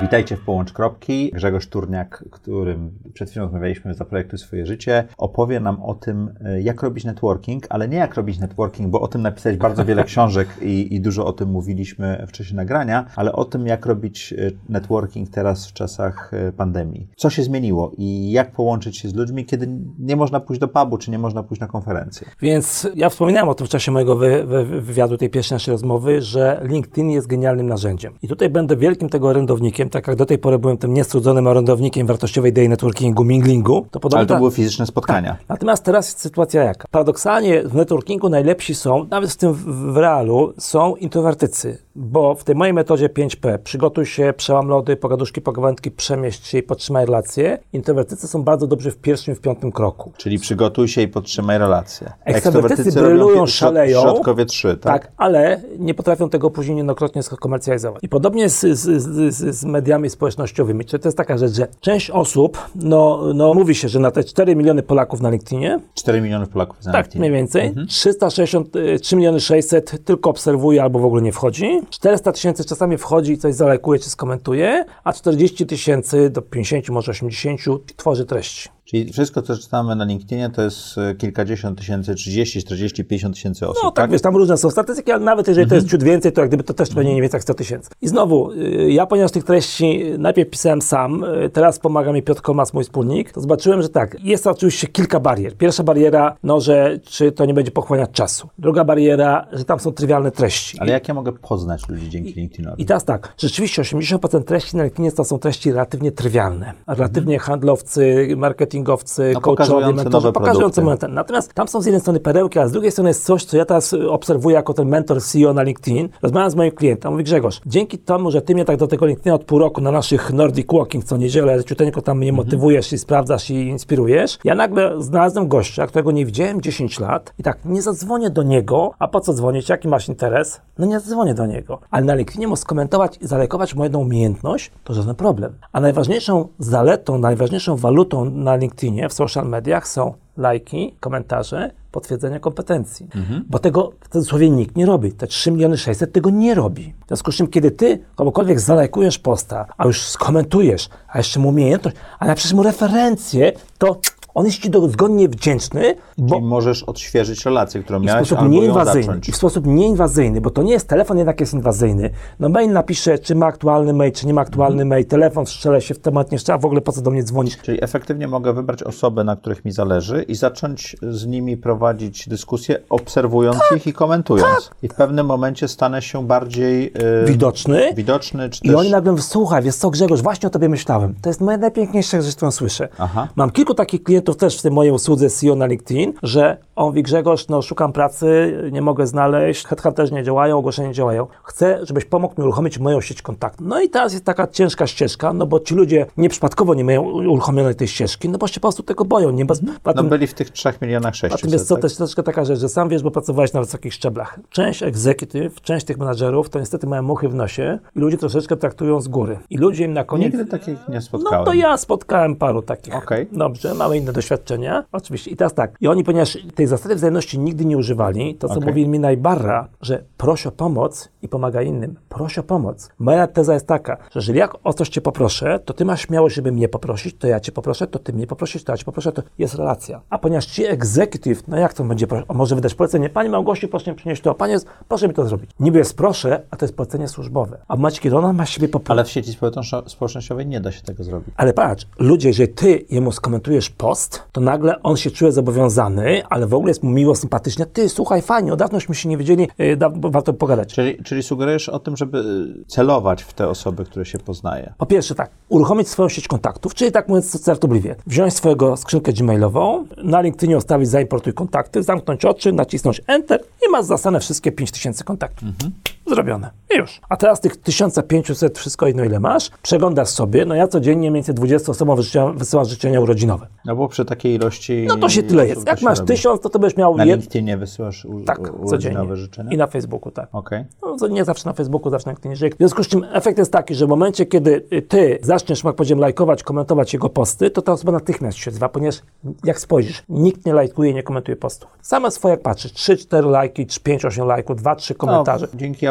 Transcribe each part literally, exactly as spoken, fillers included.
Witajcie w Połącz Kropki. Grzegorz Turniak, którym przed chwilą rozmawialiśmy, Zaprojektuj swoje życie, opowie nam o tym, jak robić networking, ale nie jak robić networking, bo o tym napisałeś bardzo wiele książek i, i dużo o tym mówiliśmy w czasie nagrania, ale o tym, jak robić networking teraz w czasach pandemii. Co się zmieniło i jak połączyć się z ludźmi, kiedy nie można pójść do pubu, czy nie można pójść na konferencję. Więc ja wspominałem o tym w czasie mojego wy, wy, wywiadu, tej pierwszej naszej rozmowy, że LinkedIn jest genialnym narzędziem. I tutaj będę wielkim tego orędownikiem, tak jak do tej pory byłem tym niestrudzonym orędownikiem wartościowej idei networkingu, minglingu. To Ale to ta... były fizyczne spotkania. Tak. Natomiast teraz jest sytuacja jaka? Paradoksalnie w networkingu najlepsi są, nawet w tym w, w realu, są introwertycy, bo w tej mojej metodzie pięć P, przygotuj się, przełam lody, pogaduszki, pogawędki, przemieść się i podtrzymaj relacje, introwertycy są bardzo dobrzy w pierwszym i w piątym kroku. Czyli przygotuj się i podtrzymaj relacje. Ekstrawertycy brylują, szaleją. Środkowie trzy, tak? Tak, ale nie potrafią tego później niejednokrotnie skomercjalizować. I podobnie z, z, z, z mediami społecznościowymi. Czyli to jest taka rzecz, że część osób, no, no mówi się, że na te cztery miliony Polaków na LinkedInie, cztery miliony Polaków na tak, LinkedInie. mniej więcej, Mhm. trzysta sześćdziesiąt trzy miliony sześćset tylko obserwuje albo w ogóle nie wchodzi, czterysta tysięcy czasami wchodzi i coś zalajkuje czy skomentuje, a czterdzieści tysięcy do pięćdziesięciu, może osiemdziesięciu tworzy treści. Czyli wszystko, co czytamy na LinkedInie, to jest kilkadziesiąt tysięcy, trzydzieści, czterdzieści, pięćdziesiąt tysięcy osób, No tak, tak? wiesz, tam różne są statystyki, ale nawet jeżeli Mhm. to jest ciut więcej, to jak gdyby to też pewnie nie więcej jak sto tysięcy. I znowu, y, ja ponieważ tych treści najpierw pisałem sam, y, teraz pomaga mi Piotr Kolmas, mój wspólnik, to zobaczyłem, że tak, jest oczywiście kilka barier. Pierwsza bariera, no, że czy to nie będzie pochłaniać czasu. Druga bariera, że tam są trywialne treści. Ale jak ja mogę poznać ludzi dzięki LinkedInowi? I teraz tak, rzeczywiście osiemdziesiąt procent treści na LinkedInie to są treści relatywnie trywialne. Relatywnie mhm. handlowcy, marketingowcy, no, coachowie, mentorzy, pokazujący momenty. Natomiast tam są z jednej strony perełki, a z drugiej strony jest coś, co ja teraz obserwuję jako ten mentor C E O na LinkedIn. Rozmawiam z moim klientem, mówi: Grzegorz, dzięki temu, że ty mnie tak do tego LinkedIna od pół roku na naszych Nordic Walking co niedzielę, ciuteńko tam mnie mhm. motywujesz i sprawdzasz i inspirujesz, ja nagle znalazłem gościa, którego nie widziałem dziesięć lat i tak, nie zadzwonię do niego, a po co dzwonić, jaki masz interes? No nie zadzwonię do niego. Ale na LinkedInie mógł skomentować i zalajkować moją umiejętność, to żaden problem. A najważniejszą zaletą, najważniejszą walutą na LinkedInie, w social mediach są lajki, komentarze, potwierdzenie kompetencji. Mhm. Bo tego w cudzysłowie nikt nie robi. Te trzy miliony sześćset tego nie robi. W związku z czym, kiedy ty komukolwiek zalajkujesz posta, a już skomentujesz, a jeszcze mu umiejętność, a napiszesz mu referencję, to on jest ci dozgonnie wdzięczny, bo... Czyli możesz odświeżyć relację, którą miałeś, w sposób albo nieinwazyjny. ją zacząć. I w sposób nieinwazyjny, bo to nie jest telefon, jednak jest inwazyjny. No mail napisze, czy ma aktualny mail, czy nie ma aktualny mhm. mail, telefon strzelę się w temat, nie strzela, w ogóle po co do mnie dzwonisz. Czyli efektywnie mogę wybrać osoby, na których mi zależy i zacząć z nimi prowadzić dyskusję, obserwując tak, ich i komentując. Tak. I w pewnym momencie stanę się bardziej yy, widoczny. widoczny czy I też... oni nagle, słuchaj, wiesz co, Grzegorz, właśnie o tobie myślałem. To jest moja najpiękniejsza rzecz, którą słyszę. Aha. Mam kilku takich klientów też w tej mojej usłudze C E O na LinkedIn, że on mówi: Grzegorz, no szukam pracy, nie mogę znaleźć, headhunterzy nie działają, ogłoszenia nie działają. Chcę, żebyś pomógł mi uruchomić moją sieć kontaktów. No i teraz jest taka ciężka ścieżka, no bo ci ludzie nieprzypadkowo nie mają uruchomionej tej ścieżki, no bo się po prostu tego boją. Nie? Bo, no tym, byli w tych trzech milionach sześciuset. Natomiast co, tak? to jest troszeczkę taka rzecz, że sam wiesz, bo pracowałeś na wysokich szczeblach. Część executive, część tych menadżerów to niestety mają muchy w nosie i ludzie troszeczkę traktują z góry. I ludzie im na koniec... Nigdy takich nie spotkałem. No to ja spotkałem paru takich. Okay. Dobrze, mamy inne doświadczenia. Oczywiście. I teraz tak. I oni, ponieważ tej zasady wzajemności nigdy nie używali, to co okay. mówili mi najbarra, że proś o pomoc i pomagaj innym. Proś o pomoc. Moja teza jest taka, że jeżeli ja o coś cię poproszę, to ty masz śmiałość, żeby mnie poprosić, to ja cię poproszę, to ty mnie poprosisz, to ja cię poproszę, to jest relacja. A ponieważ ci executive, no jak to będzie, o, może wydać polecenie, pani Małgosiu, proszę mi przynieść to, panie, proszę mi to zrobić. Niby jest proszę, a to jest polecenie służbowe. A w momencie, kiedy ona ma siebie poprosić. Ale w sieci społecznościowej nie da się tego zrobić. Ale patrz, ludzie, jeżeli ty jemu skomentujesz post, to nagle on się czuje zobowiązany, ale w ogóle jest mu miło, sympatycznie. Ty, słuchaj, fajnie, od dawnośmy się nie wiedzieli, yy, da, warto pogadać. Czyli, czyli sugerujesz o tym, żeby celować w te osoby, które się poznaje? Po pierwsze tak, uruchomić swoją sieć kontaktów, czyli tak mówiąc żartobliwie, wziąć swojego skrzynkę gmailową, na LinkedInie ustawić zaimportuj kontakty, zamknąć oczy, nacisnąć Enter i masz zasane wszystkie pięć tysięcy kontaktów. Mhm. Zrobione. I już. A teraz tych tysiąc pięćset, wszystko jedno ile masz, przeglądasz sobie, no ja codziennie mniej więcej dwudziestu osobom wysyłam życzenia urodzinowe. No bo przy takiej ilości... No to się tyle jest. Jak masz tysiąc, to to będziesz miał... Na LinkedInie wysyłasz u, tak, urodzinowe życzenia? I na Facebooku, tak. Okay. No, nie zawsze na Facebooku, zawsze na LinkedInie. W związku z czym efekt jest taki, że w momencie, kiedy ty zaczniesz, jak powiedziałem, lajkować, komentować jego posty, to ta osoba natychmiast się zwa, ponieważ jak spojrzysz, nikt nie lajkuje, nie komentuje postów. Same swoje jak patrzysz, trzy cztery lajki, pięć osiem lajków, dwa trzy komentarze. No, dzięki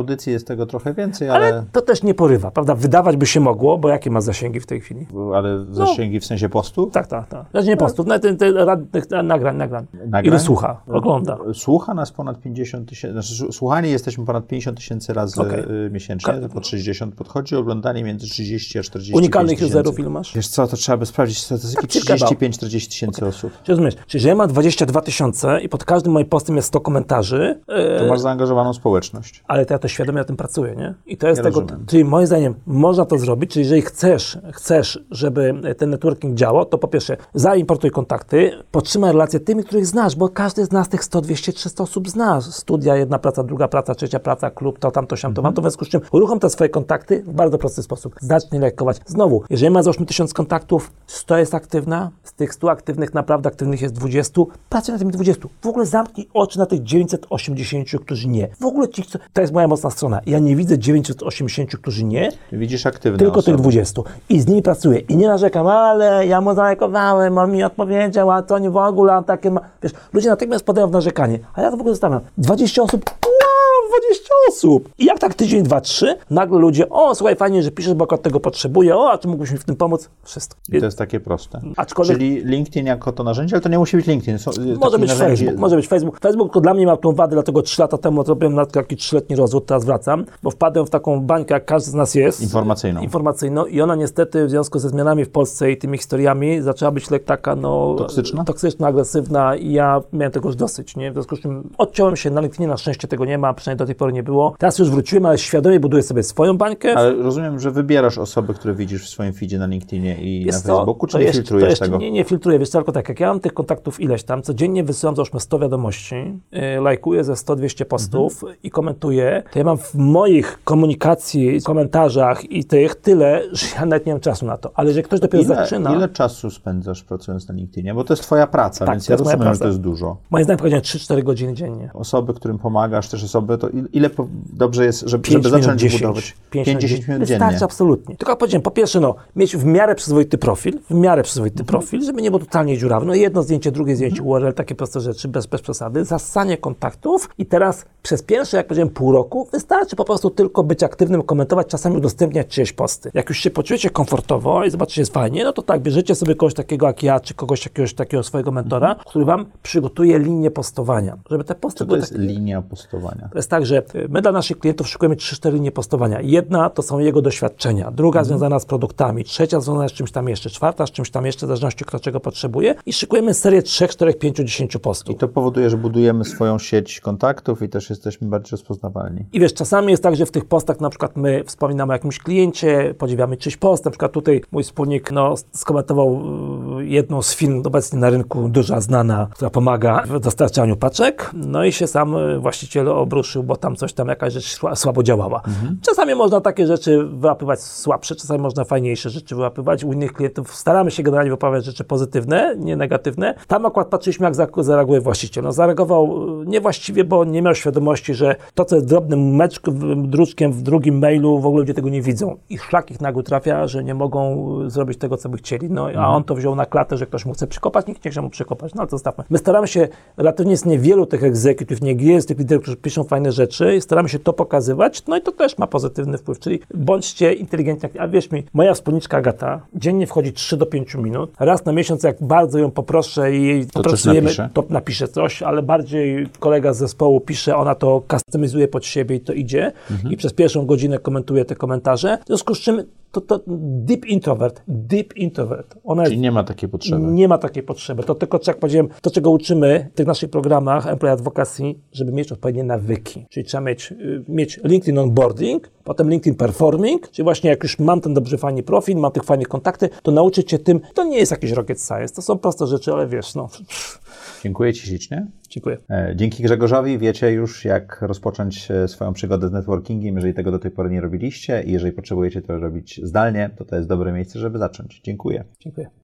audycji jest tego trochę więcej, ale... Ale to też nie porywa, prawda? Wydawać by się mogło, bo jakie ma zasięgi w tej chwili? Ale zasięgi no. w sensie postów? Tak, tak, tak. Znaczy nie postów, no, te, te, te, nagrań, nagrań. Nagrań? Ile słucha, ogląda? Słucha nas ponad pięćdziesiąt tysięcy, znaczy słuchani jesteśmy ponad pięćdziesiąt tysięcy razy okay. miesięcznie, Ka- po trzydzieści podchodzi, oglądanie między trzydzieści a czterdzieści Unikalnych userów ile masz? Wiesz co, to trzeba by sprawdzić statystyki, tak, trzydzieści pięć czterdzieści tysięcy okay. osób. Czy rozumiesz? Czyli, że ja mam dwadzieścia dwa tysiące i pod każdym moim postem jest sto komentarzy. To masz zaangażowaną społeczność. Ale to ja to świadomie na tym pracuję, nie? I to jest ja tego, rozumiem. Czyli moim zdaniem można to zrobić, czyli jeżeli chcesz, chcesz, żeby ten networking działał, to po pierwsze zaimportuj kontakty, podtrzymaj relacje tymi, których znasz, bo każdy z nas tych sto, dwieście, trzysta osób zna. Studia, jedna praca, druga praca, trzecia praca, klub, to, tamto, siamto, mm-hmm. to w związku z czym uruchom te swoje kontakty w bardzo prosty sposób. Zacznij lajkować. Znowu, jeżeli ma załóżmy tysiąc kontaktów, sto jest aktywna, z tych stu aktywnych naprawdę aktywnych jest dwadzieścia, pracuj na tymi dwudziestu. W ogóle zamknij oczy na tych dziewięćset osiemdziesięciu, którzy nie. W ogóle ci chcą, to jest moja mocna strona. Ja nie widzę dziewięćset osiemdziesięciu, którzy nie. Widzisz aktywne tylko osoby. Tych dwudziestu. I z nimi pracuję. I nie narzekam, ale ja mu zalajkowałem, on mi odpowiedział, a to nie w ogóle, a takie ma... Wiesz, ludzie natychmiast padają w narzekanie, a ja to w ogóle zostawiam. dwadzieścia osób, wow, dwadzieścia osób. I jak tak tydzień, dwa, trzy, nagle ludzie, o, słuchaj, fajnie, że piszesz, bo akurat tego potrzebuję, o, a czy mógłbyś mi w tym pomóc? Wszystko. I to jest takie proste. Aczkolwiek... Czyli LinkedIn jako to narzędzie, ale to nie musi być LinkedIn. Są, może być narzędzie... Facebook, może być Facebook. Facebook to dla mnie ma tą wadę, dlatego trzy lata temu zrobiłem na taki trzyletni rozwód, teraz wracam, bo wpadłem w taką bańkę, jak każdy z nas jest. Informacyjną. Informacyjną i ona niestety w związku ze zmianami w Polsce i tymi historiami zaczęła być taka, no... Toksyczna? Toksyczna, agresywna i ja miałem tego już dosyć, nie? W związku z czym odciąłem się, na LinkedInie na szczęście tego nie ma, przynajmniej do tej pory nie było. Teraz już wróciłem, ale świadomie buduję sobie swoją bańkę. Ale rozumiem, że wybierasz osoby, które widzisz w swoim feedzie na LinkedInie i jest na Facebooku, czy to nie jest, filtrujesz to jest, tego? Nie, nie filtruję, wiesz, tylko tak, jak ja mam tych kontaktów ileś tam, codziennie wysyłam załóżmy sto wiadomości, yy, lajkuję ze sto dwieście postów mhm. i komentuję, to ja mam w moich komunikacji, komentarzach i tych tyle, że ja nawet nie mam czasu na to. Ale jeżeli ktoś dopiero ile, zaczyna... Ile czasu spędzasz pracując na LinkedInie? Bo to jest twoja praca, tak, więc ja rozumiem, że to jest dużo. Moim zdaniem powiedziałem trzy cztery godziny dziennie. Osoby, którym pomagasz, też osoby, to ile po, dobrze jest, żeby, żeby zacząć dziesięć, budować? pięć dziesięć minut dziennie. Wystarczy, absolutnie. Tylko powiedziałem, po pierwsze, no, mieć w miarę przyzwoity profil, w miarę przyzwoity mhm. profil, żeby nie było totalnie dziurawy. No jedno zdjęcie, drugie zdjęcie, mhm. U R L, takie proste rzeczy, bez, bez przesady. Zassanie kontaktów i teraz przez pierwsze, jak powiedziałem, pół roku, wystarczy po prostu tylko być aktywnym, komentować, czasami udostępniać czyjeś posty. Jak już się poczujecie komfortowo i zobaczycie, jest fajnie, no to tak, bierzecie sobie kogoś takiego jak ja, czy kogoś jakiegoś takiego swojego mentora, mhm. który wam przygotuje linię postowania. Żeby te posty Co to jest takie... linia postowania? To jest tak, że my dla naszych klientów szykujemy trzy cztery linie postowania. Jedna to są jego doświadczenia, druga mhm. związana z produktami, trzecia związana z czymś tam jeszcze, czwarta z czymś tam jeszcze, w zależności kto czego potrzebuje i szykujemy serię trzech, czterech, pięciu, dziesięciu postów. I to powoduje, że budujemy swoją sieć kontaktów i też jesteśmy bardziej rozpoznawalni. I wiesz, czasami jest tak, że w tych postach na przykład my wspominamy o jakimś kliencie, podziwiamy czyjś post, na przykład tutaj mój wspólnik no, skomentował jedną z firm obecnie na rynku, duża, znana, która pomaga w dostarczaniu paczek, no i się sam właściciel obruszył, bo tam coś tam, jakaś rzecz słabo działała. Mhm. Czasami można takie rzeczy wyłapywać słabsze, czasami można fajniejsze rzeczy wyłapywać. U innych klientów staramy się generalnie wypowiadać rzeczy pozytywne, nie negatywne. Tam akurat patrzyliśmy, jak zareaguje właściciel. No, zareagował niewłaściwie, bo nie miał świadomości, że to, co jest drobnym meczkiem, druczkiem w drugim mailu, w ogóle ludzie tego nie widzą. I szlak ich nagły trafia, że nie mogą zrobić tego, co by chcieli. No, mhm. a on to wziął na klatę, że ktoś mu chce przykopać, nikt nie chce mu przykopać. No ale to zostawmy. My staramy się, relatywnie jest niewielu tych egzekutyw, nie jest tych liderów, którzy piszą fajne rzeczy i staramy się to pokazywać, no i to też ma pozytywny wpływ, czyli bądźcie inteligentni. A wierz mi, moja wspólniczka Agata dziennie wchodzi trzy do pięciu minut. Raz na miesiąc, jak bardzo ją poproszę i jej popracujemy, napisze. to napisze coś, ale bardziej kolega z zespołu pisze, ona to customizuje pod siebie i to idzie mhm. i przez pierwszą godzinę komentuje te komentarze. W związku z czym to, to deep introvert, deep introvert. Ona Czyli jest, nie ma takiej potrzeby. Nie ma takiej potrzeby. To tylko, jak powiedziałem, to czego uczymy w tych naszych programach Employee Advocacy, żeby mieć odpowiednie nawyki. Czyli trzeba mieć, y, mieć LinkedIn onboarding, potem LinkedIn performing, czyli właśnie jak już mam ten dobrze fajny profil, mam tych fajnych kontakty, to nauczyć się tym, to nie jest jakiś rocket science, to są proste rzeczy, ale wiesz, no. Dziękuję Ci ślicznie. Dziękuję. Dzięki Grzegorzowi wiecie już, jak rozpocząć swoją przygodę z networkingiem, jeżeli tego do tej pory nie robiliście i jeżeli potrzebujecie to robić zdalnie, to to jest dobre miejsce, żeby zacząć. Dziękuję. Dziękuję.